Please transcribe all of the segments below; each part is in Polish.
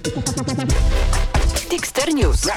Dexter News.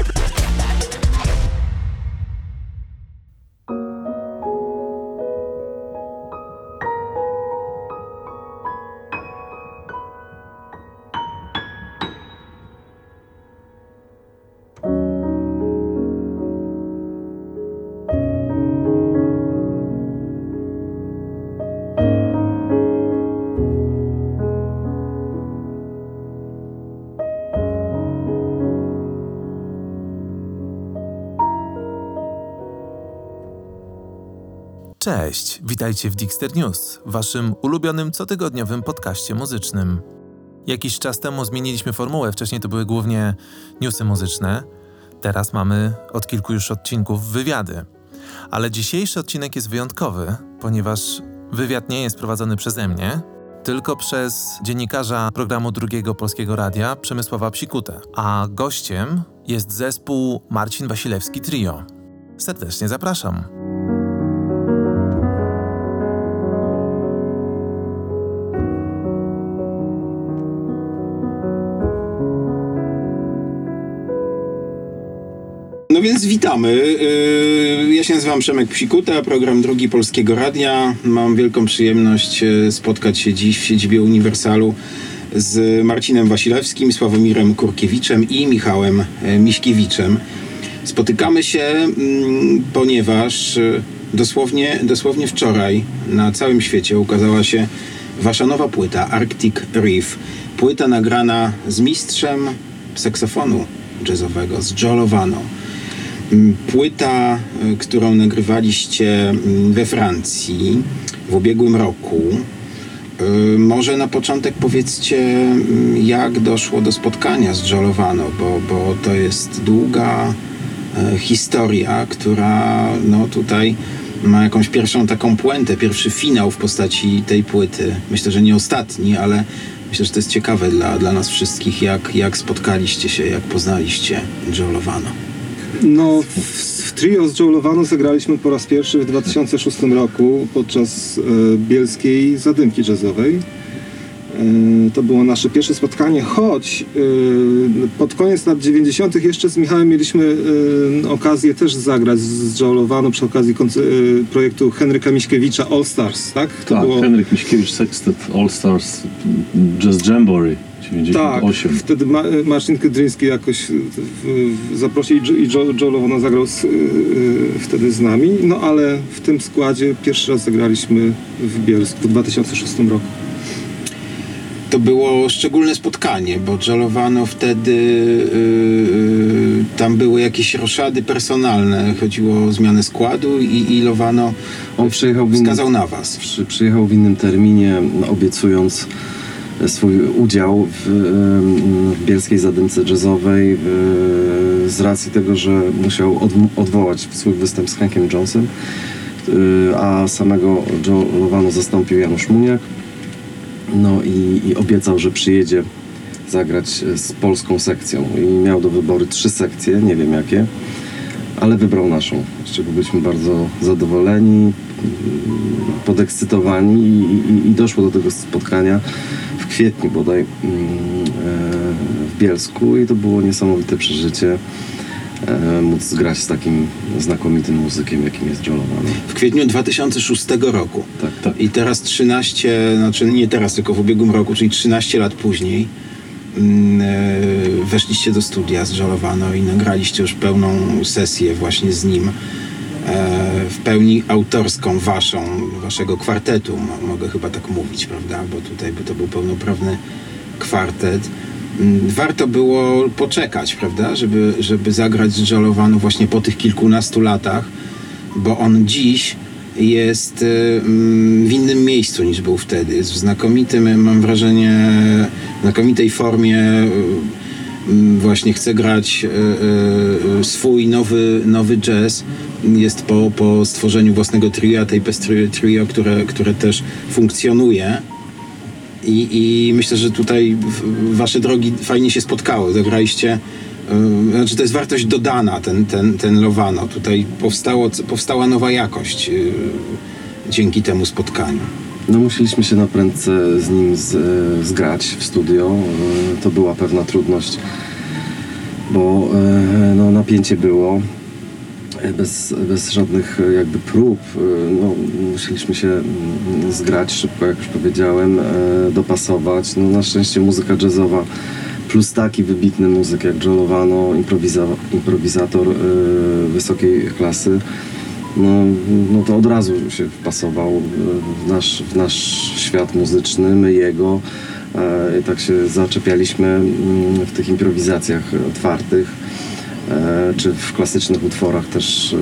Cześć, witajcie w Dexter News, waszym ulubionym cotygodniowym podcaście muzycznym. Jakiś czas temu zmieniliśmy formułę, wcześniej to były głównie newsy muzyczne, teraz mamy od kilku już odcinków wywiady. Ale dzisiejszy odcinek jest wyjątkowy, ponieważ wywiad nie jest prowadzony przeze mnie, tylko przez dziennikarza programu Drugiego Polskiego Radia Przemysława Psikutę, a gościem jest zespół Marcin Wasilewski Trio. Serdecznie zapraszam. No więc witamy. Ja się nazywam Przemek Psikuta, program Drugi Polskiego Radia. Mam wielką przyjemność spotkać się dziś w siedzibie Uniwersalu z Marcinem Wasilewskim, Sławomirem Kurkiewiczem i Michałem Miśkiewiczem. Spotykamy się, ponieważ dosłownie wczoraj na całym świecie ukazała się wasza nowa płyta Arctic Reef. Płyta nagrana z mistrzem saksofonu jazzowego, z Joe Lovano. Płyta, którą nagrywaliście we Francji w ubiegłym roku. Może na początek powiedzcie, jak doszło do spotkania z Joe Lovano, bo to jest długa historia, która tutaj ma jakąś pierwszą taką puentę, pierwszy finał w postaci tej płyty. Myślę, że nie ostatni, ale myślę, że to jest ciekawe dla nas wszystkich, jak spotkaliście się, jak poznaliście Joe Lovano. No, w trio z Joe Lovano zagraliśmy po raz pierwszy w 2006 roku podczas bielskiej zadymki jazzowej. To było nasze pierwsze spotkanie, choć pod koniec lat 90. jeszcze z Michałem mieliśmy okazję też zagrać z Joe Lovano przy okazji projektu Henryka Miśkiewicza All Stars, tak? To tak, było... Henryk Miśkiewicz Sextet All Stars Jazz Jamboree 98. Tak, wtedy Marcin Kydryński jakoś zaprosił i Joe Lovano zagrał wtedy z nami, no ale w tym składzie pierwszy raz zagraliśmy w Bielsku w 2006 roku. To było szczególne spotkanie, bo Joe Lovano wtedy tam były jakieś roszady personalne, chodziło o zmianę składu i Lovano wskazał na was. Przyjechał w innym terminie, obiecując swój udział w bielskiej zadymce jazzowej z racji tego, że musiał odwołać swój występ z Hankiem Jonesem, a samego Joe Lovano zastąpił Janusz Muniak. No i obiecał, że przyjedzie zagrać z polską sekcją i miał do wyboru 3 sekcje, nie wiem jakie, ale wybrał naszą, z czego byliśmy bardzo zadowoleni, podekscytowani i doszło do tego spotkania w kwietniu bodaj w Bielsku i to było niesamowite przeżycie móc grać z takim znakomitym muzykiem, jakim jest Joe Lovano. W kwietniu 2006 roku. Tak. I teraz 13, znaczy nie teraz, tylko w ubiegłym roku, czyli 13 lat później weszliście do studia z Joe Lovano i nagraliście już pełną sesję właśnie z nim, w pełni autorską waszego kwartetu, mogę chyba tak mówić, prawda? Bo tutaj to był pełnoprawny kwartet. Warto było poczekać, prawda, żeby zagrać z Joe Lovano właśnie po tych kilkunastu latach, bo on dziś jest w innym miejscu niż był wtedy. Jest w znakomitym, mam wrażenie, znakomitej formie. Właśnie chce grać swój nowy jazz. Jest po stworzeniu własnego tria, Tapestry Trio, które też funkcjonuje. I myślę, że tutaj wasze drogi fajnie się spotkały. Zagraliście, znaczy to jest wartość dodana, ten Lovano. Tutaj powstała nowa jakość dzięki temu spotkaniu. No musieliśmy się na prędce z nim zgrać w studio. To była pewna trudność, bo no, napięcie było. Bez żadnych jakby prób. No, musieliśmy się zgrać szybko, jak już powiedziałem, dopasować. No, na szczęście muzyka jazzowa plus taki wybitny muzyk jak John Lovano, improwizator wysokiej klasy, no to od razu się wpasował w nasz świat muzyczny, my jego. I tak się zaczepialiśmy w tych improwizacjach otwartych, czy w klasycznych utworach też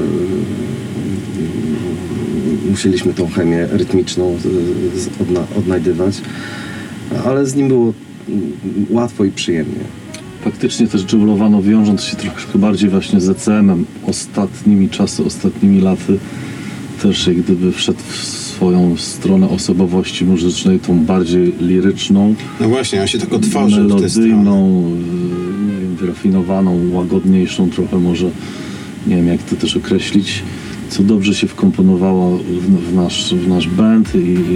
musieliśmy tą chemię rytmiczną odnajdywać, ale z nim było łatwo i przyjemnie. Faktycznie też Joe Lovano, wiążąc się troszkę bardziej właśnie z ECM-em ostatnimi laty, też jak gdyby wszedł w swoją stronę osobowości muzycznej, tą bardziej liryczną. No właśnie, on się tak otworzył w tę stronę. Melodyjną, nie wiem, wyrafinowaną, łagodniejszą trochę może, nie wiem jak to też określić, co dobrze się wkomponowało w nasz band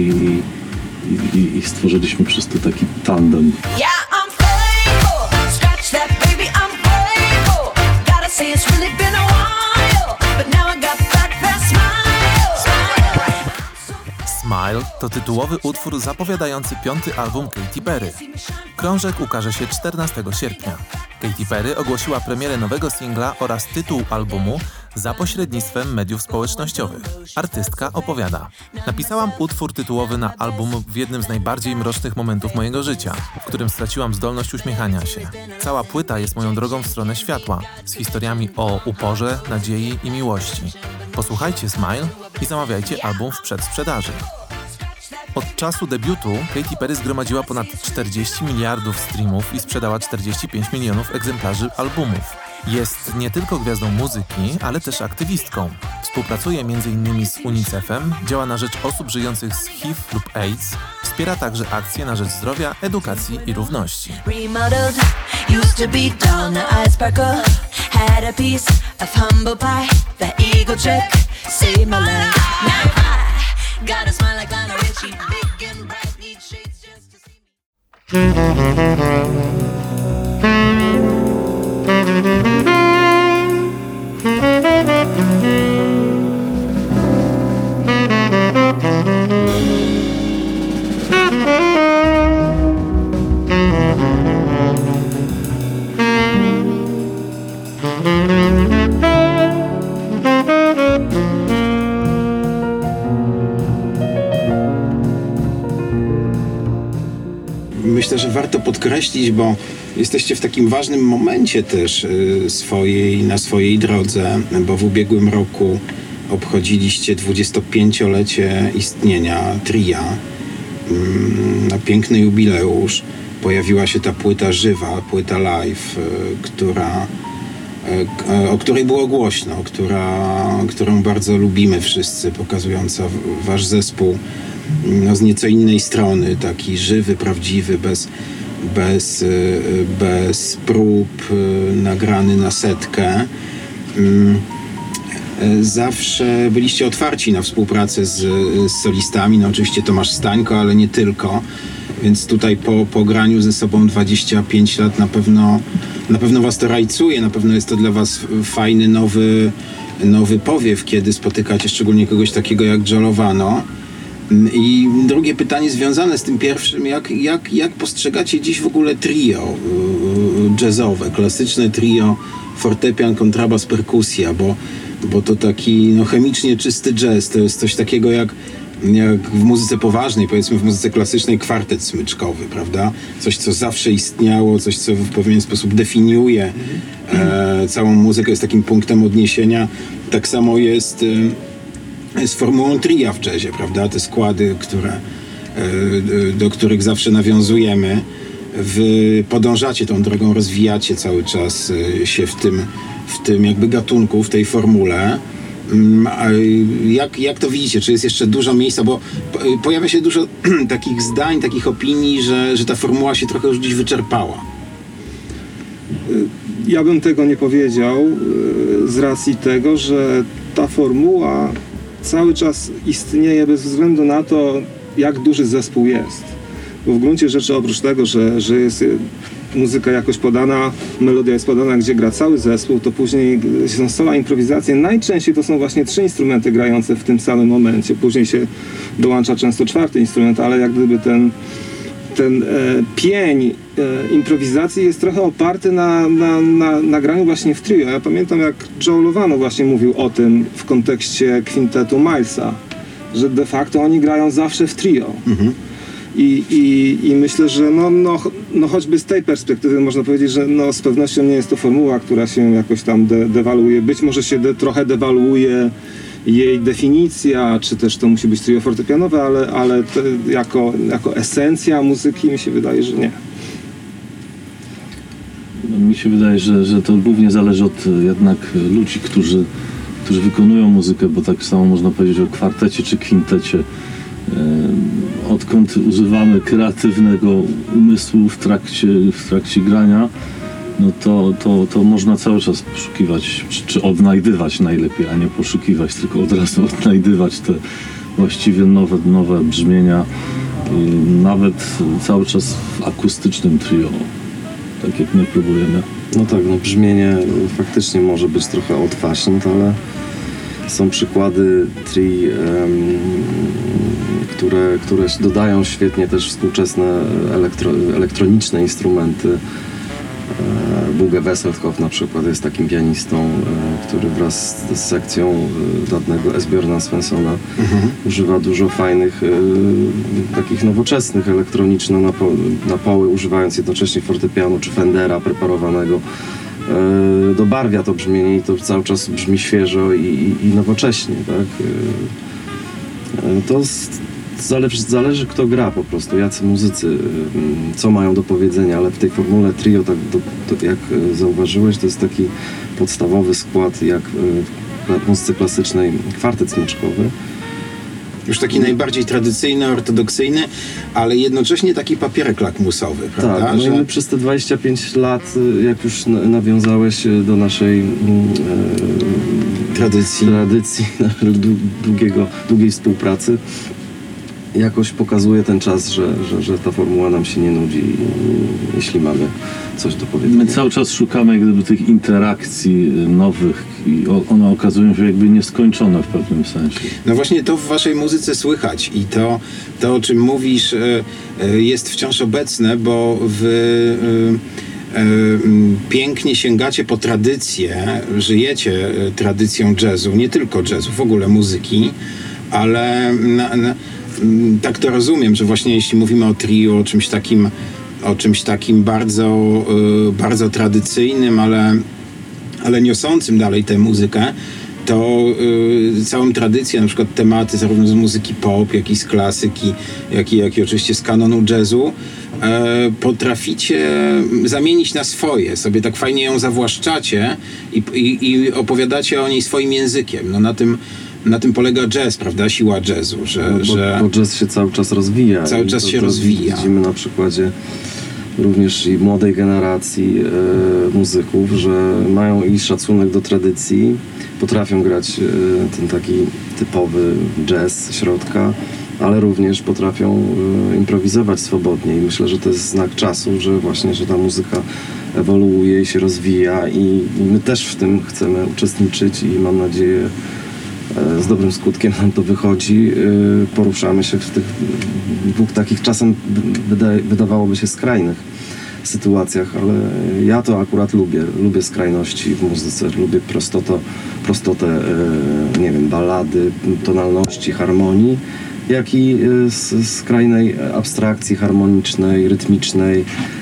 i stworzyliśmy przez to taki tandem. Yeah, I'm faithful. Scratch that, baby, I'm faithful. Gotta say it's really been a while, but now I got back that smile. Smile to tytułowy utwór zapowiadający 5. album Katy Perry. Krążek ukaże się 14 sierpnia. Katy Perry ogłosiła premierę nowego singla oraz tytuł albumu za pośrednictwem mediów społecznościowych. Artystka opowiada: napisałam utwór tytułowy na album w jednym z najbardziej mrocznych momentów mojego życia, w którym straciłam zdolność uśmiechania się. Cała płyta jest moją drogą w stronę światła, z historiami o uporze, nadziei i miłości. Posłuchajcie Smile i zamawiajcie album w przedsprzedaży. Od czasu debiutu Katy Perry zgromadziła ponad 40 miliardów streamów i sprzedała 45 milionów egzemplarzy albumów. Jest nie tylko gwiazdą muzyki, ale też aktywistką. Współpracuje m.in. z UNICEF-em, działa na rzecz osób żyjących z HIV lub AIDS, wspiera także akcje na rzecz zdrowia, edukacji i równości. Remodeled, used to be dull, now I sparkle. Had a piece of humble pie, the eagle trick saved my life. Now I got a smile like Lionel Richie, big and bright, need shades just to see me. Myślę, że warto podkreślić, bo jesteście w takim ważnym momencie też na swojej drodze, bo w ubiegłym roku obchodziliście 25-lecie istnienia tria. Piękny jubileusz. Pojawiła się ta płyta żywa, płyta live, o której było głośno, którą bardzo lubimy wszyscy, pokazująca wasz zespół z nieco innej strony, taki żywy, prawdziwy, bez prób, nagrany na setkę. Zawsze byliście otwarci na współpracę z solistami, no oczywiście Tomasz Stańko, ale nie tylko, więc tutaj po graniu ze sobą 25 lat na pewno was to rajcuje, na pewno jest to dla was fajny, nowy powiew, kiedy spotykacie szczególnie kogoś takiego jak Joe Lovano. I drugie pytanie związane z tym pierwszym, jak postrzegacie dziś w ogóle trio jazzowe, klasyczne trio, fortepian, kontrabas, perkusja, bo to taki chemicznie czysty jazz, to jest coś takiego jak w muzyce poważnej, powiedzmy w muzyce klasycznej, kwartet smyczkowy, prawda? Coś, co zawsze istniało, coś, co w pewien sposób definiuje całą muzykę, jest takim punktem odniesienia. Tak samo jest z formułą tria w jazzie, prawda? Te składy, do których zawsze nawiązujemy. Wy podążacie tą drogą, rozwijacie cały czas się w tym jakby gatunku, w tej formule. Jak to widzicie? Czy jest jeszcze dużo miejsca? Bo pojawia się dużo takich zdań, takich opinii, że ta formuła się trochę już dziś wyczerpała. Ja bym tego nie powiedział z racji tego, że ta formuła cały czas istnieje bez względu na to, jak duży zespół jest. Bo w gruncie rzeczy oprócz tego, że jest muzyka jakoś podana, melodia jest podana, gdzie gra cały zespół, to później są sola, improwizacje. Najczęściej to są właśnie 3 instrumenty grające w tym samym momencie. Później się dołącza często 4. instrument, ale jak gdyby ten pień improwizacji jest trochę oparty na graniu właśnie w trio. Ja pamiętam, jak Joe Lovano właśnie mówił o tym w kontekście kwintetu Milesa, że de facto oni grają zawsze w trio. I myślę, że no choćby z tej perspektywy można powiedzieć, że no z pewnością nie jest to formuła, która się jakoś tam dewaluuje. Być może się trochę dewaluuje jej definicja, czy też to musi być trio fortepianowe, ale jako esencja muzyki mi się wydaje, że nie. Mi się wydaje, że to głównie zależy od jednak ludzi, którzy wykonują muzykę, bo tak samo można powiedzieć o kwartecie czy kwintecie. Odkąd używamy kreatywnego umysłu w trakcie grania, no to można cały czas poszukiwać, czy odnajdywać najlepiej, a nie poszukiwać, tylko od razu odnajdywać te właściwie nowe brzmienia, nawet cały czas w akustycznym trio, tak jak my próbujemy. No tak, no brzmienie faktycznie może być trochę old fashioned, ale są przykłady tri, które dodają świetnie też współczesne elektroniczne instrumenty. Bugge Wesselhoff na przykład jest takim pianistą, który wraz z sekcją dawnego Esbjörna Svenssona używa dużo fajnych, takich nowoczesnych elektroniczno-napoły, używając jednocześnie fortepianu czy Fendera preparowanego. Dobarwia to brzmienie i to cały czas brzmi świeżo i nowocześnie, tak? To zależy kto gra po prostu, jacy muzycy, co mają do powiedzenia, ale w tej formule trio, tak jak zauważyłeś, to jest taki podstawowy skład, jak w muzyce klasycznej kwartet smyczkowy. Już taki najbardziej tradycyjny, ortodoksyjny, ale jednocześnie taki papierek lakmusowy, prawda? Tak, no i przez te 25 lat, jak już nawiązałeś do naszej tradycji długiej współpracy, jakoś pokazuje ten czas, że ta formuła nam się nie nudzi, jeśli mamy coś do powiedzenia. My cały czas szukamy jak gdyby tych interakcji nowych i one okazują się jakby nieskończone w pewnym sensie. No właśnie to w waszej muzyce słychać i to o czym mówisz jest wciąż obecne, bo pięknie sięgacie po tradycję, żyjecie tradycją jazzu, nie tylko jazzu, w ogóle muzyki, ale tak to rozumiem, że właśnie jeśli mówimy o trio, o czymś takim bardzo, bardzo tradycyjnym, ale niosącym dalej tę muzykę, to całą tradycję, na przykład tematy zarówno z muzyki pop, jak i z klasyki, jak i oczywiście z kanonu jazzu, potraficie zamienić na swoje, sobie tak fajnie ją zawłaszczacie i opowiadacie o niej swoim językiem. No na tym polega jazz, prawda? Siła jazzu, bo jazz się cały czas rozwija. Cały czas się rozwija. Widzimy na przykładzie również i młodej generacji muzyków, że mają i szacunek do tradycji, potrafią grać ten taki typowy jazz środka, ale również potrafią improwizować swobodnie i myślę, że to jest znak czasu, że właśnie, że ta muzyka ewoluuje i się rozwija i my też w tym chcemy uczestniczyć i mam nadzieję, z dobrym skutkiem nam to wychodzi. Poruszamy się w tych dwóch takich czasem wydawałoby się skrajnych sytuacjach, ale ja to akurat lubię skrajności w muzyce, lubię prostotę, nie wiem, ballady, tonalności, harmonii, jak i skrajnej abstrakcji harmonicznej, rytmicznej.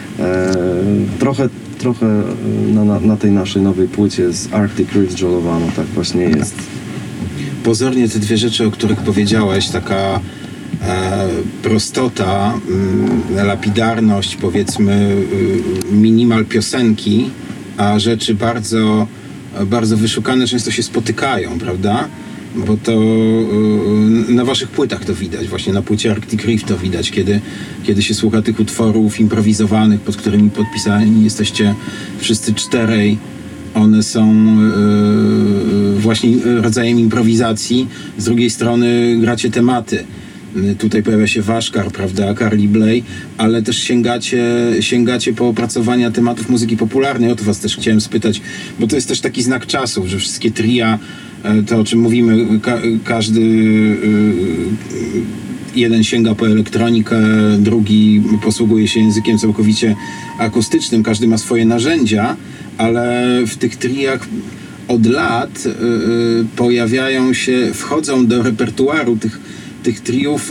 Trochę na tej naszej nowej płycie z Arctic Rift Joe Lovano tak właśnie jest. Pozornie te dwie rzeczy, o których powiedziałeś, taka prostota, lapidarność, powiedzmy minimal piosenki, a rzeczy bardzo, bardzo wyszukane często się spotykają, prawda? Bo to na waszych płytach to widać, właśnie na płycie Arctic Rift to widać, kiedy się słucha tych utworów improwizowanych, pod którymi podpisani jesteście wszyscy czterej. One są właśnie rodzajem improwizacji. Z drugiej strony gracie tematy. Tutaj pojawia się Waszkar, prawda, Carly Bley, ale też sięgacie po opracowania tematów muzyki popularnej. O to was też chciałem spytać, bo to jest też taki znak czasów, że wszystkie tria, to o czym mówimy, każdy jeden sięga po elektronikę, drugi posługuje się językiem całkowicie akustycznym, każdy ma swoje narzędzia, ale w tych triach od lat wchodzą do repertuaru tych triów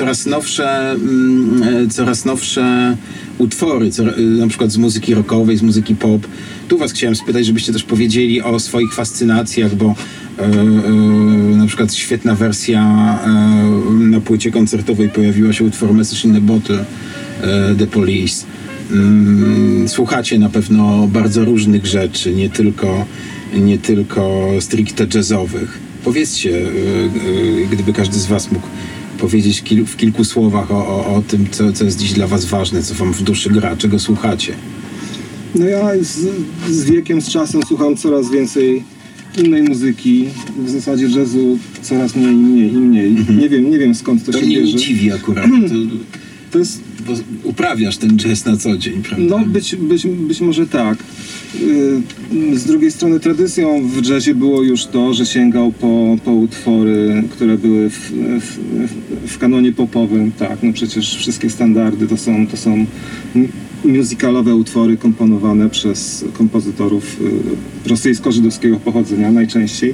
coraz nowsze utwory, na przykład z muzyki rockowej, z muzyki pop. Tu was chciałem spytać, żebyście też powiedzieli o swoich fascynacjach, bo na przykład świetna wersja na płycie koncertowej pojawiła się utwór Message in a Bottle, The Police. Słuchacie na pewno bardzo różnych rzeczy, nie tylko stricte jazzowych. Powiedzcie, gdyby każdy z was mógł powiedzieć w kilku słowach o tym, co jest dziś dla was ważne, co wam w duszy gra, czego słuchacie. No ja z wiekiem, z czasem słucham coraz więcej innej muzyki, w zasadzie jazzu coraz mniej. Nie wiem skąd to się mnie bierze. nie dziwi akurat. To jest... Bo uprawiasz ten jazz na co dzień, prawda? No być może tak. Z drugiej strony tradycją w jazzie było już to, że sięgał po utwory, które były w kanonie popowym. Tak, no przecież wszystkie standardy to są musicalowe utwory komponowane przez kompozytorów rosyjsko-żydowskiego pochodzenia najczęściej.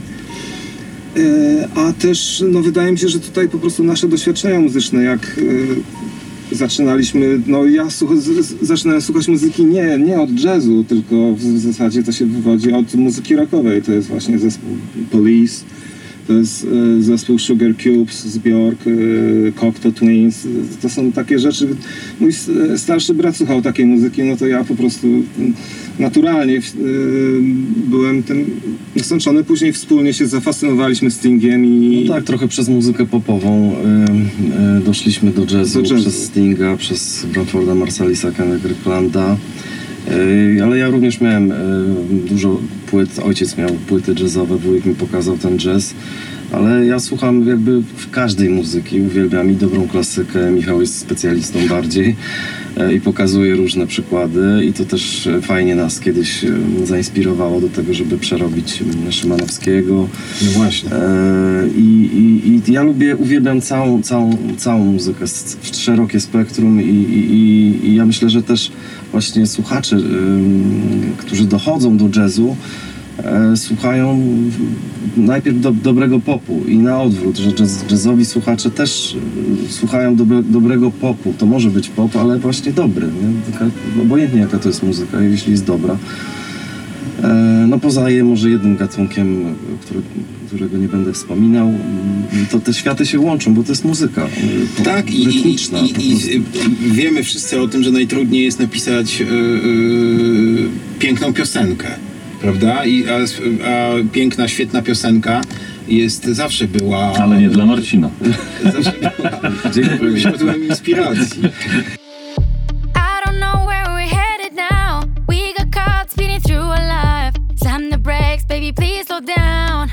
A też no, wydaje mi się, że tutaj po prostu nasze doświadczenia muzyczne, jak zaczynaliśmy, no ja zaczynałem słuchać muzyki nie od jazzu, tylko w zasadzie to się wywodzi od muzyki rockowej. To jest właśnie zespół Police, to jest zespół Sugar Cubes z Björk, Cocteau Twins. To są takie rzeczy. Mój starszy brat słuchał takiej muzyki, no to ja po prostu naturalnie byłem tym nasączony. Później wspólnie się zafascynowaliśmy Stingiem i... No tak, trochę przez muzykę popową doszliśmy do jazzu, przez Stinga, przez Branforda Marsallisa, Kenneth Ricklanda. Ale ja również miałem dużo płyt, ojciec miał płyty jazzowe, wujek mi pokazał ten jazz, ale ja słucham jakby w każdej muzyki, uwielbiam i dobrą klasykę, Michał jest specjalistą bardziej i pokazuje różne przykłady i to też fajnie nas kiedyś zainspirowało do tego, żeby przerobić Szymanowskiego. No właśnie. I ja uwielbiam całą muzykę, szerokie spektrum i ja myślę, że też właśnie słuchacze, którzy dochodzą do jazzu, słuchają najpierw dobrego popu i na odwrót, że jazzowi słuchacze też słuchają dobrego popu. To może być pop, ale właśnie dobry, nie? Obojętnie jaka to jest muzyka, jeśli jest dobra. No poza może jednym gatunkiem, którego nie będę wspominał, to te światy się łączą, bo to jest muzyka tak, rytmiczna. I wiemy wszyscy o tym, że najtrudniej jest napisać piękną piosenkę, prawda? A piękna, świetna piosenka zawsze była... Ale nie dla Marcina. Zawsze była źródłem inspiracji. Baby, please slow down.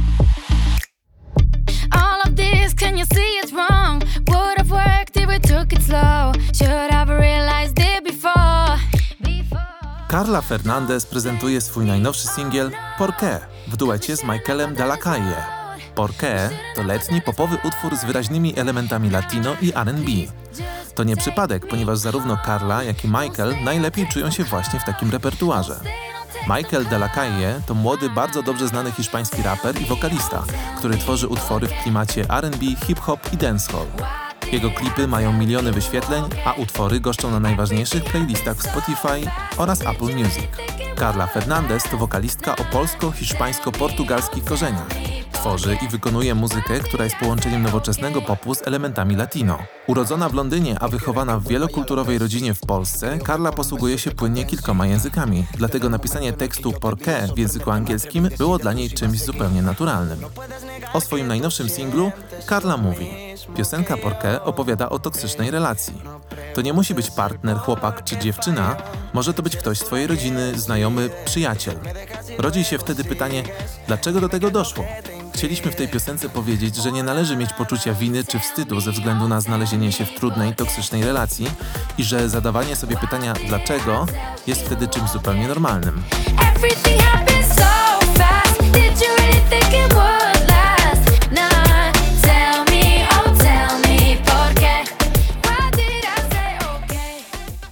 All of this, can you see it's wrong? Would have worked if we took it slow. Should have realized it before. Carla Fernandez prezentuje swój najnowszy singiel Porqué w duecie z Michaelem de la Calle. Porqué to letni popowy utwór z wyraźnymi elementami latino i R&B. To nie przypadek, ponieważ zarówno Carla, jak i Michael najlepiej czują się właśnie w takim repertuarze. Michael de la Calle to młody, bardzo dobrze znany hiszpański raper i wokalista, który tworzy utwory w klimacie R&B, hip-hop i dancehall. Jego klipy mają miliony wyświetleń, a utwory goszczą na najważniejszych playlistach w Spotify oraz Apple Music. Carla Fernandez to wokalistka o polsko-hiszpańsko-portugalskich korzeniach. Tworzy i wykonuje muzykę, która jest połączeniem nowoczesnego popu z elementami latino. Urodzona w Londynie, a wychowana w wielokulturowej rodzinie w Polsce, Carla posługuje się płynnie kilkoma językami, dlatego napisanie tekstu Porqué w języku angielskim było dla niej czymś zupełnie naturalnym. O swoim najnowszym singlu Carla mówi: piosenka Porqué opowiada o toksycznej relacji. To nie musi być partner, chłopak czy dziewczyna, może to być ktoś z twojej rodziny, znajomy, przyjaciel. Rodzi się wtedy pytanie, dlaczego do tego doszło? Chcieliśmy w tej piosence powiedzieć, że nie należy mieć poczucia winy czy wstydu ze względu na znalezienie się w trudnej, toksycznej relacji i że zadawanie sobie pytania dlaczego jest wtedy czymś zupełnie normalnym. Everything happened so fast. Did you really think it would last? Nah, tell me, oh tell me, por qué? Why did I say okay?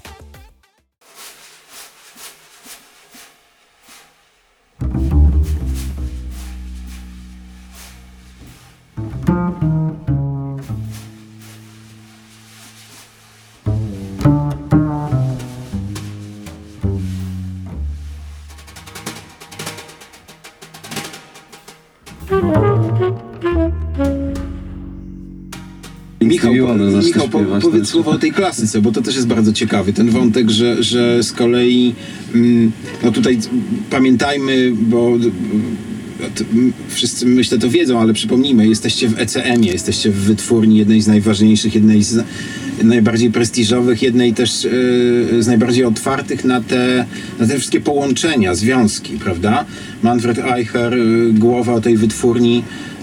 Michał, zacznie śpiewać, powiedz też. słowo o tej klasyce, bo to też jest bardzo ciekawy. Ten wątek, że z kolei no tutaj pamiętajmy, bo wszyscy myślę to wiedzą, ale przypomnijmy, jesteście w ECM-ie, jesteście w wytwórni jednej z najważniejszych, jednej z najbardziej prestiżowych, jednej też z najbardziej otwartych na te wszystkie połączenia, związki, prawda? Manfred Eicher, głowa tej wytwórni,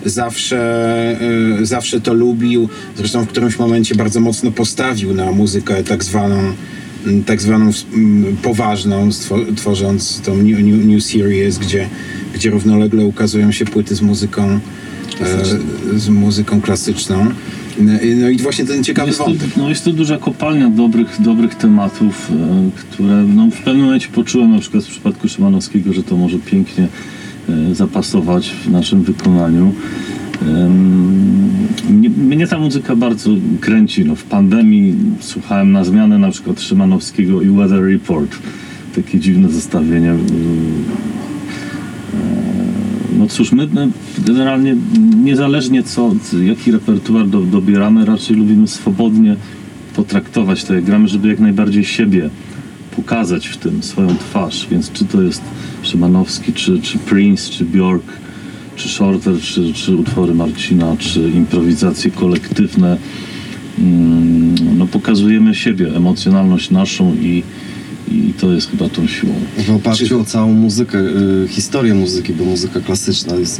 zawsze to lubił. Zresztą w którymś momencie bardzo mocno postawił na muzykę tak zwaną poważną, tworząc tą New Series, gdzie równolegle ukazują się płyty z muzyką klasyczną. No i właśnie ten ciekawy wątek. Jest to duża kopalnia dobrych tematów, które w pewnym momencie poczułem, na przykład w przypadku Szymanowskiego, że to może pięknie zapasować w naszym wykonaniu. Mnie ta muzyka bardzo kręci. W pandemii słuchałem na zmianę na przykład Szymanowskiego i Weather Report. Takie dziwne zestawienie. No cóż, my generalnie niezależnie jaki repertuar dobieramy, raczej lubimy swobodnie potraktować to, jak gramy, żeby jak najbardziej siebie pokazać w tym, swoją twarz. Więc czy to jest Szymanowski, czy Prince, czy Björk, czy Shorter, czy utwory Marcina, czy improwizacje kolektywne, no pokazujemy siebie, emocjonalność naszą i to jest chyba tą siłą. W oparciu o całą muzykę, historię muzyki, bo muzyka klasyczna jest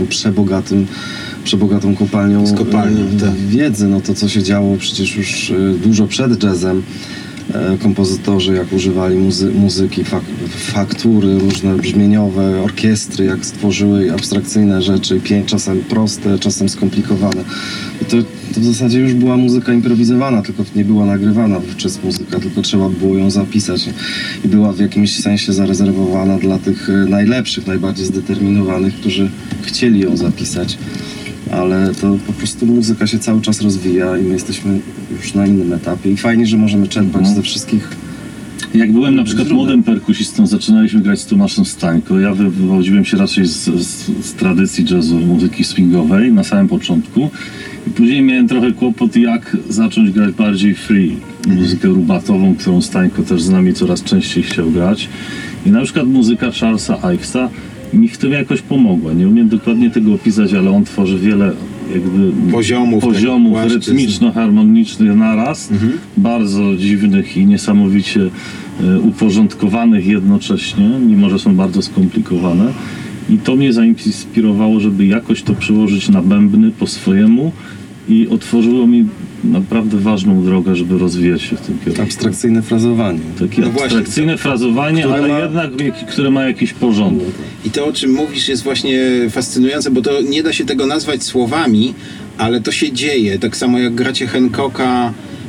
przebogatą kopalnią wiedzy. No to, co się działo przecież już dużo przed jazzem, kompozytorzy jak używali muzyki, faktury różne brzmieniowe, orkiestry jak stworzyły abstrakcyjne rzeczy, czasem proste, czasem skomplikowane. I to w zasadzie już była muzyka improwizowana, tylko nie była nagrywana wówczas muzyka, tylko trzeba było ją zapisać i była w jakimś sensie zarezerwowana dla tych najlepszych, najbardziej zdeterminowanych, którzy chcieli ją zapisać. Ale to po prostu muzyka się cały czas rozwija i my jesteśmy już na innym etapie i fajnie, że możemy czerpać ze wszystkich. Jak byłem na przykład młodym perkusistą, zaczynaliśmy grać z Tomaszem Stańko. Ja wywodziłem się raczej z tradycji jazzu, muzyki swingowej na samym początku i później miałem trochę kłopot, jak zacząć grać bardziej free, muzykę rubatową, którą Stańko też z nami coraz częściej chciał grać. I na przykład muzyka Charlesa Ickesa mi w tym jakoś pomogła. Nie umiem dokładnie tego opisać, ale on tworzy wiele jakby poziomów rytmiczno-harmonicznych naraz, bardzo dziwnych i niesamowicie uporządkowanych jednocześnie, mimo że są bardzo skomplikowane. I to mnie zainspirowało, żeby jakoś to przełożyć na bębny po swojemu i otworzyło mi naprawdę ważną drogę, żeby rozwijać się w tym kierunku. Abstrakcyjne frazowanie. Takie abstrakcyjne frazowanie, ale jednak które ma jakiś porządek. I to, o czym mówisz, jest właśnie fascynujące, bo to nie da się tego nazwać słowami, ale to się dzieje. Tak samo jak gracie Hancocka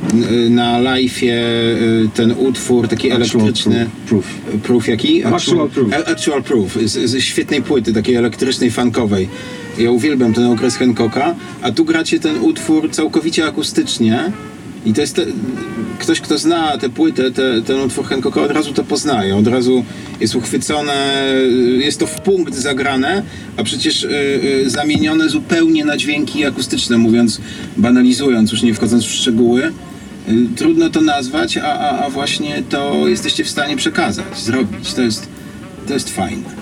na live'ie, ten utwór taki elektryczny. Proof jaki? Actual Proof. Z świetnej płyty, takiej elektrycznej, funkowej. Ja uwielbiam ten okres Hancocka, a tu gracie ten utwór całkowicie akustycznie. I to jest ktoś, kto zna tę płytę, ten utwór Hancocka, od razu to poznaje, od razu jest uchwycone, jest to w punkt zagrane, a przecież zamienione zupełnie na dźwięki akustyczne, mówiąc, banalizując, już nie wchodząc w szczegóły. Trudno to nazwać, a właśnie to jesteście w stanie przekazać, zrobić. To jest fajne.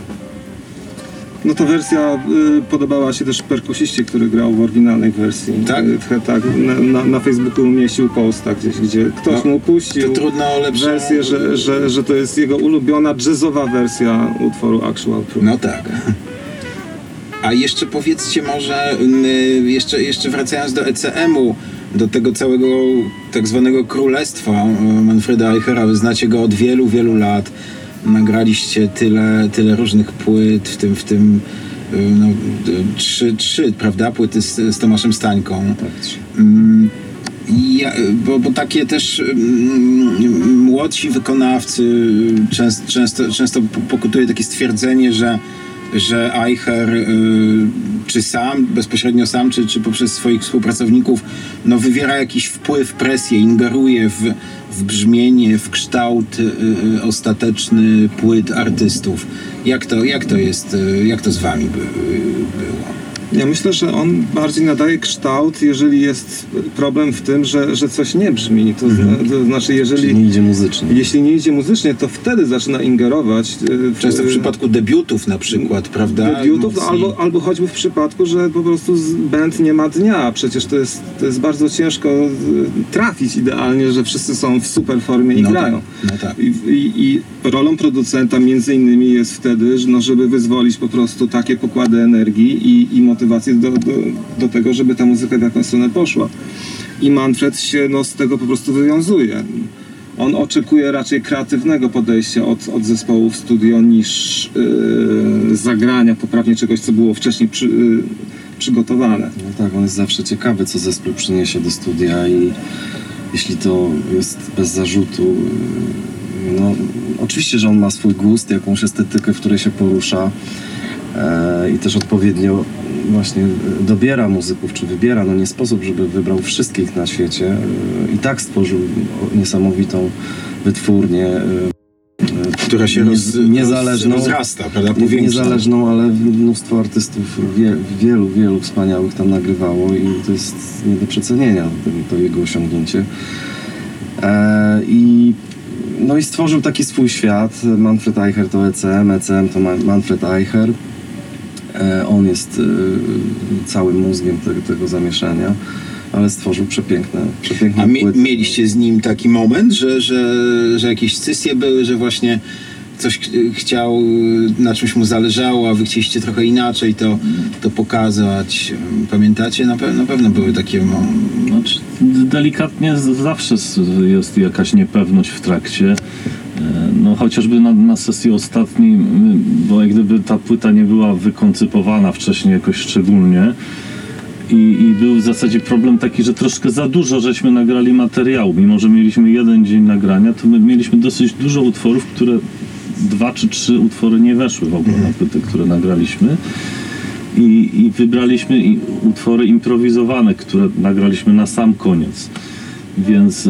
No ta wersja podobała się też perkusiście, który grał w oryginalnej wersji. Tak? Tak, na Facebooku umieścił posta gdzie ktoś mu puścił to trudno lepszą wersję, że to jest jego ulubiona jazzowa wersja utworu Actual Proof. No tak. A jeszcze powiedzcie może, jeszcze wracając do ECM-u, do tego całego tak zwanego królestwa Manfreda Eichera, wy znacie go od wielu, wielu lat. Nagraliście tyle różnych płyt, w tym no, trzy, prawda, płyty z Tomaszem Stańką. Tak, 3. Bo takie też młodsi wykonawcy często pokutuje takie stwierdzenie, że Eicher czy sam, bezpośrednio sam, czy poprzez swoich współpracowników no, wywiera jakiś wpływ, presję, ingeruje w brzmienie, w kształt ostateczny płyt artystów. Jak to jest, jak to z wami było? Ja myślę, że on bardziej nadaje kształt, jeżeli jest problem w tym, że coś nie brzmi. To znaczy, Czyli nie idzie muzycznie. jeśli nie idzie muzycznie, to wtedy zaczyna ingerować. Często w przypadku debiutów na przykład, prawda? Debiutów, Mocniej. albo choćby w przypadku, że po prostu band nie ma dnia. Przecież to jest bardzo ciężko trafić idealnie, że wszyscy są w super formie i No grają. tak, no tak. I rolą producenta między innymi jest wtedy, żeby wyzwolić po prostu takie pokłady energii i motywację do tego, żeby ta muzyka w jakąś stronę poszła. I Manfred się z tego po prostu wywiązuje. On oczekuje raczej kreatywnego podejścia od zespołu w studio niż zagrania poprawnie czegoś, co było wcześniej przygotowane. No tak, on jest zawsze ciekawy, co zespół przyniesie do studia i jeśli to jest bez zarzutu, no oczywiście, że on ma swój gust, jakąś estetykę, w której się porusza i też odpowiednio właśnie dobiera muzyków, czy wybiera, no nie sposób, żeby wybrał wszystkich na świecie i tak stworzył niesamowitą wytwórnię, Która się niezależną, rozrasta, prawda? Niezależną, ale mnóstwo artystów, wielu wspaniałych tam nagrywało i to jest nie do przecenienia, to jego osiągnięcie. I stworzył taki swój świat. Manfred Eicher to ECM to Manfred Eicher. On jest całym mózgiem tego zamieszania, ale stworzył przepiękne płyty. Mieliście z nim taki moment, że jakieś scysje były, że właśnie coś chciał, na czymś mu zależało, a wy chcieliście trochę inaczej to pokazać. Pamiętacie? Na pewno były takie momenty. Znaczy, delikatnie zawsze jest jakaś niepewność w trakcie. No chociażby na sesji ostatniej, bo jak gdyby ta płyta nie była wykoncypowana wcześniej jakoś szczególnie i był w zasadzie problem taki, że troszkę za dużo żeśmy nagrali materiału. Mimo że mieliśmy jeden dzień nagrania, to my mieliśmy dosyć dużo utworów, które 2 czy 3 utwory nie weszły w ogóle na płytę, które nagraliśmy. I wybraliśmy utwory improwizowane, które nagraliśmy na sam koniec. Więc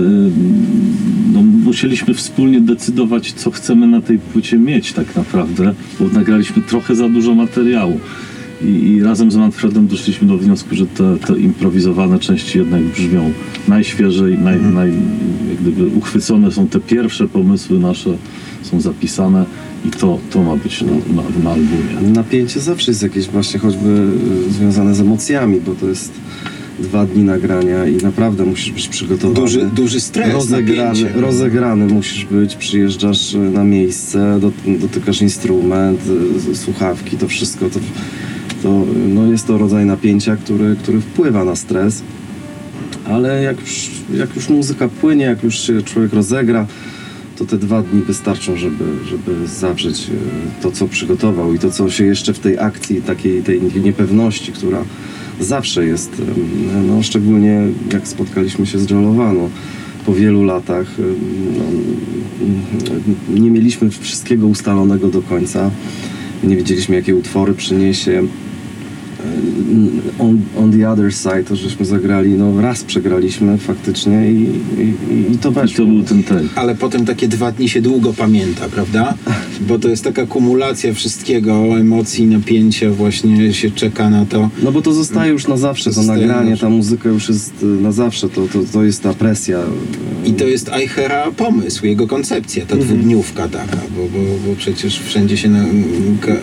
musieliśmy wspólnie decydować, co chcemy na tej płycie mieć tak naprawdę, bo nagraliśmy trochę za dużo materiału. I razem z Manfredem doszliśmy do wniosku, że te improwizowane części jednak brzmią najświeżej, jak gdyby uchwycone są te pierwsze pomysły nasze, są zapisane i to ma być na albumie. Napięcie zawsze jest jakieś właśnie choćby związane z emocjami, bo to jest 2 dni nagrania i naprawdę musisz być przygotowany. Duży stres, rozegrany musisz być, przyjeżdżasz na miejsce, dotykasz instrument, słuchawki, to wszystko, to jest to rodzaj napięcia, który wpływa na stres, ale jak już muzyka płynie, jak już się człowiek rozegra, to te 2 dni wystarczą, żeby zawrzeć to, co przygotował i to, co się jeszcze w tej akcji, tej niepewności, która zawsze jest, szczególnie jak spotkaliśmy się z Joe Lovano po wielu latach, nie mieliśmy wszystkiego ustalonego do końca, nie wiedzieliśmy, jakie utwory przyniesie. On the Other Side, to żeśmy zagrali, raz przegraliśmy faktycznie i to weszło. I to był ten. Ale potem takie 2 dni się długo pamięta, prawda? Bo to jest taka kumulacja wszystkiego, emocji, napięcia, właśnie się czeka na to. No bo to zostaje już na zawsze, to nagranie, ta muzyka już jest na zawsze, to jest ta presja. I to jest Eichera pomysł, jego koncepcja, ta dwudniówka taka, bo przecież wszędzie się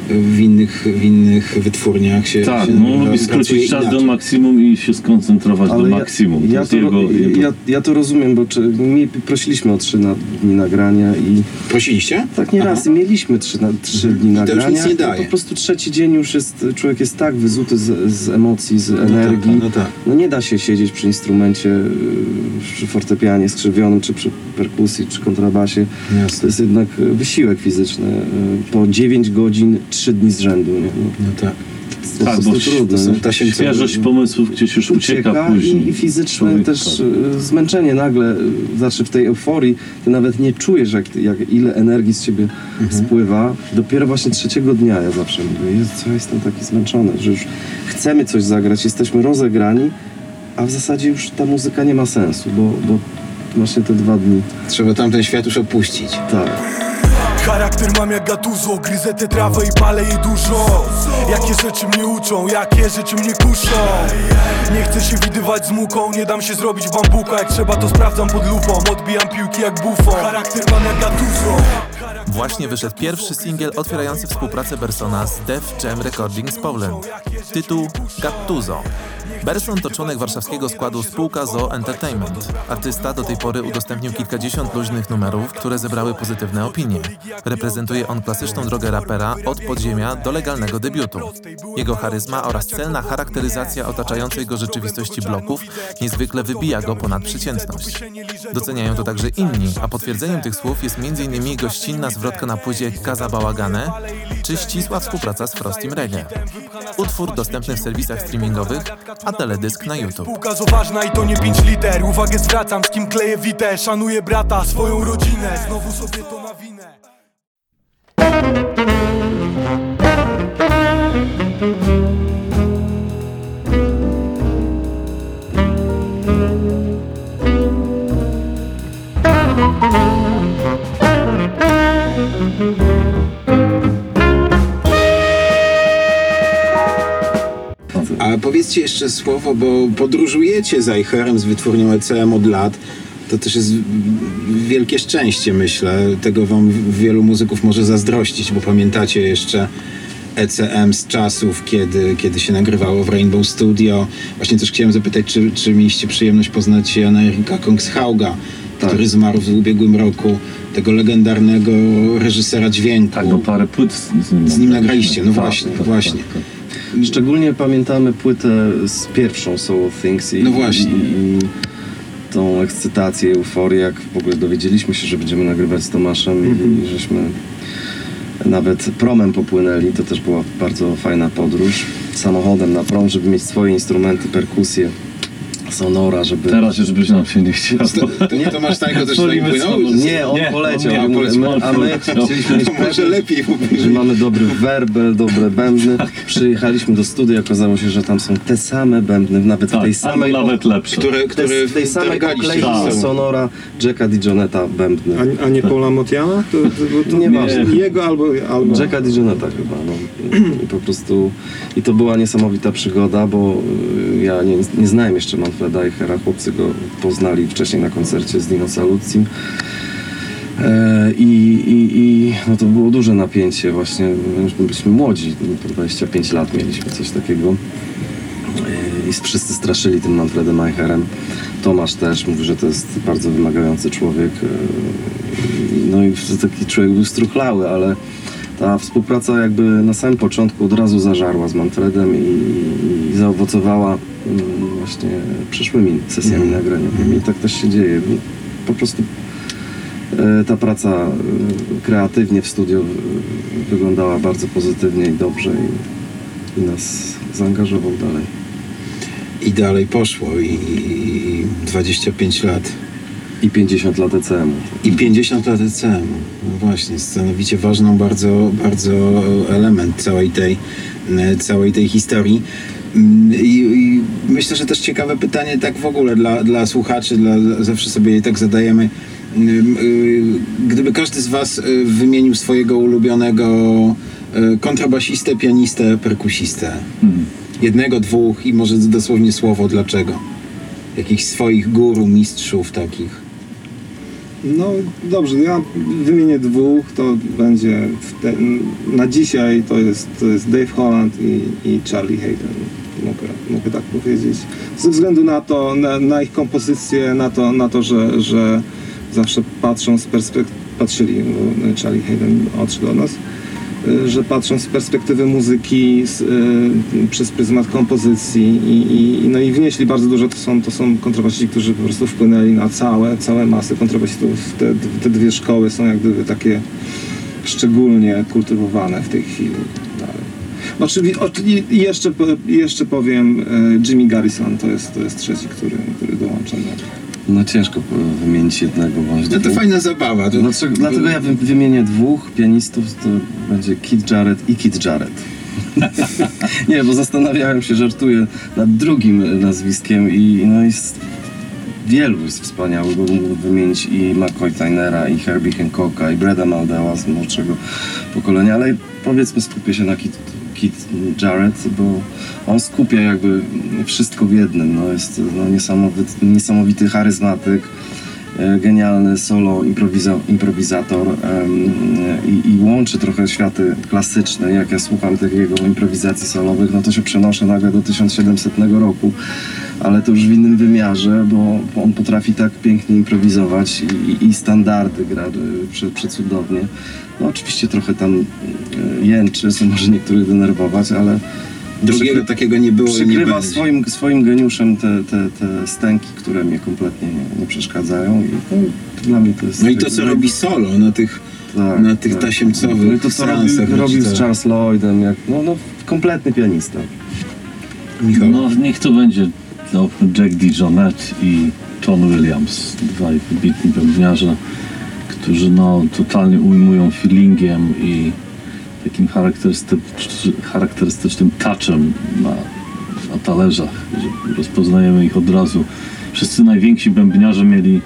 w innych wytwórniach się Tak, się lubi pracuje skrócić czas do inaczej. maksimum i się skoncentrować do maksimum. To jest Ja to rozumiem, bo prosiliśmy o 3 dni nagrania i Prosiliście? tak nieraz mieliśmy 3 dni to już nagrania. nic nie i daje. po prostu trzeci dzień już człowiek jest tak wyzuty z emocji, z energii. No tak. No nie da się siedzieć przy instrumencie, przy fortepianie skrzywionym, czy przy perkusji, czy kontrabasie. Jasne. To jest jednak wysiłek fizyczny. Po 9 godzin, 3 dni z rzędu. Nie? No tak. Po Tak, prostu bo trudno. To są nie? tasiemce. świeżość pomysłów gdzieś już ucieka później. i fizyczne Człowiek też zmęczenie nagle, znaczy w tej euforii ty nawet nie czujesz jak ile energii z ciebie spływa. Dopiero właśnie 3 dnia ja zawsze mówię, Jezu, co jestem taki zmęczony, że już chcemy coś zagrać, jesteśmy rozegrani, a w zasadzie już ta muzyka nie ma sensu, bo właśnie te 2 dni. Trzeba tamten świat już opuścić. Tak. Charakter mam jak Gattuso, gryzę tę trawę i palę jej dużo. Jakie rzeczy mnie uczą, jakie rzeczy mnie kuszą. Nie chcę się widywać z muką, nie dam się zrobić bambuka. Jak trzeba to sprawdzam pod lupą, odbijam piłki jak Buffon. Charakter mam jak Gattuso. Właśnie wyszedł pierwszy singiel otwierający współpracę Bersona z Def Jam Recordings Poland. Tytuł Gattuso. Berson to członek warszawskiego składu Spółka Zoo Entertainment. Artysta do tej pory udostępnił kilkadziesiąt luźnych numerów, które zebrały pozytywne opinie. Reprezentuje on klasyczną drogę rapera od podziemia do legalnego debiutu. Jego charyzma oraz celna charakteryzacja otaczającej go rzeczywistości bloków niezwykle wybija go ponad przeciętność. Doceniają to także inni, a potwierdzeniem tych słów jest m.in. gościnna zwrotka na płycie Kaza Bałagane czy ścisła współpraca z Frostym Reggae. Utwór dostępny w serwisach streamingowych, a teledysk na YouTube. Spółka ważna i to nie 5 liter. Uwagę zwracam, z kim kleję witę. Szanuję brata, swoją rodzinę. Znowu sobie to na winę. A powiedzcie jeszcze słowo, bo podróżujecie z Eicherem, z wytwórnią ECM od lat. To też jest wielkie szczęście, myślę. Tego wam wielu muzyków może zazdrościć, bo pamiętacie jeszcze ECM z czasów, kiedy się nagrywało w Rainbow Studio. Właśnie też chciałem zapytać, czy mieliście przyjemność poznać Jana Erika Kongshauga, który zmarł w ubiegłym roku, tego legendarnego reżysera dźwięku. Tak, no parę płyt z nim nagraliście, no tak, właśnie, tak, właśnie. Tak, tak. Szczególnie pamiętamy płytę z pierwszą Soul of Things No właśnie. i tą ekscytację, euforię, jak w ogóle dowiedzieliśmy się, że będziemy nagrywać z Tomaszem i żeśmy nawet promem popłynęli. To też była bardzo fajna podróż. Samochodem na prom, żeby mieć swoje instrumenty, perkusję, sonora, żeby... Teraz już byś nam się nie chciało. Nie, to masz tańko też Wolimy płynął? samolot. Nie, on poleciał, nie, a my no. chcieliśmy mieć To może pewność, lepiej że mamy dobry werbel, dobre bębny. Przyjechaliśmy do studia, okazało się, że tam są te same bębny, nawet w tej samej... nawet lepsze. które w tej samej targaliście oklejce ze sobą. sonora Jacka DiGioneta bębny. A nie Paula Motiana? To Nieważne. jego albo... Jacka DiGioneta chyba, no. I po prostu... I to była niesamowita przygoda, bo ja nie znałem jeszcze Manfreda Eichera, chłopcy go poznali wcześniej na koncercie z Dino Saluzzi. I no to było duże napięcie właśnie, już byliśmy młodzi, po 25 lat mieliśmy coś takiego. I wszyscy straszyli tym Manfredem Eicherem. Tomasz też mówi, że to jest bardzo wymagający człowiek. No i taki człowiek był struchlały, ale ta współpraca jakby na samym początku od razu zażarła z Manfredem i zaowocowała właśnie przyszłymi sesjami nagraniowymi. I tak też się dzieje. Po prostu ta praca kreatywnie w studio wyglądała bardzo pozytywnie i dobrze i nas zaangażował dalej. I dalej poszło i 25 lat. I 50 lat ECM-u. I 50 lat ECM. No właśnie, stanowicie ważną bardzo, bardzo element całej tej historii. I myślę, że też ciekawe pytanie tak w ogóle dla słuchaczy, zawsze sobie je tak zadajemy. Gdyby każdy z was wymienił swojego ulubionego kontrabasistę, pianistę, perkusistę. Jednego, dwóch i może dosłownie słowo dlaczego. Jakichś swoich guru, mistrzów takich. No dobrze, ja wymienię dwóch, to będzie na dzisiaj to jest Dave Holland i Charlie Haden, mogę tak powiedzieć. Ze względu na to, na ich kompozycję, na to, że zawsze patrzą patrzyli, bo Charlie Haden odszedł od nas, że patrzą z perspektywy muzyki, przez pryzmat kompozycji i wnieśli bardzo dużo. To są kontrabaściści, którzy po prostu wpłynęli na całe masy kontrabasistów. Te dwie szkoły są jak gdyby takie szczególnie kultywowane w tej chwili. Jeszcze powiem Jimmy Garrison, to jest trzeci, który dołącza. No ciężko wymienić jednego bądź No dwóch. to fajna zabawa. Dlatego ja wymienię dwóch pianistów, to będzie Keith Jarrett i Keith Jarrett. Nie, bo zastanawiałem się, żartuję nad drugim nazwiskiem i wielu jest wspaniałych, bo mógłbym wymienić i McCoy Tynera, i Herbie Hancocka, i Breda Maldeła z młodszego pokolenia, ale powiedzmy skupię się na Keith Jarrett, bo on skupia jakby wszystko w jednym. Jest niesamowity charyzmatyk, genialny solo improwizator i łączy trochę światy klasyczne. Jak ja słucham tych jego improwizacji solowych, no to się przenoszę nagle do 1700 roku, ale to już w innym wymiarze, bo on potrafi tak pięknie improwizować i standardy gra przecudownie. No oczywiście trochę tam jęczy, co może niektórych denerwować, ale drugiego takiego nie było. Przykrywa swoim geniuszem te stęki, które mnie kompletnie nie przeszkadzają i dla mnie to jest... No i to, co robi solo na tych tasiemcowych no i to, co robił z Charles Lloydem, kompletny pianista. Michał. No niech to będzie Jack DeJohnette i John Williams, dwaj wybitni bębniarze, którzy totalnie ujmują feelingiem i takim charakterystycznym touchem na talerzach, że rozpoznajemy ich od razu. Wszyscy najwięksi bębniarze mieli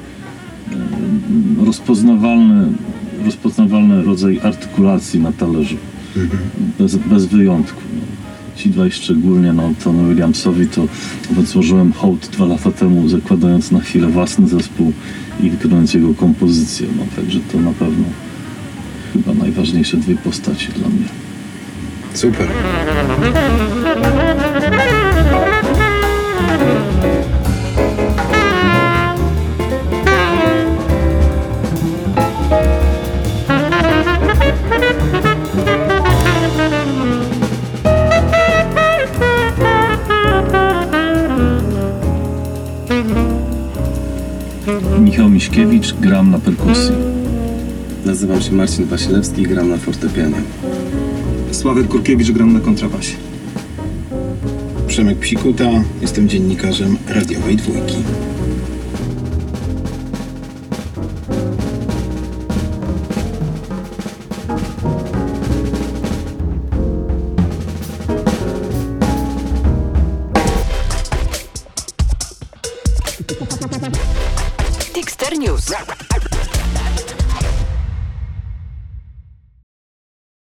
rozpoznawalny rodzaj artykulacji na talerzu. Bez wyjątku. Ci dwaj szczególnie, Tony Williamsowi to nawet złożyłem hołd 2 lata temu, zakładając na chwilę własny zespół i wykonując jego kompozycję. Także to na pewno chyba najważniejsze dwie postaci dla mnie. Super. Michał Miśkiewicz, gram na perkusji. Nazywam się Marcin Wasilewski i gram na fortepianie. Sławek Kurkiewicz, gram na kontrabasie. Przemek Psikuta, jestem dziennikarzem radiowej Dwójki.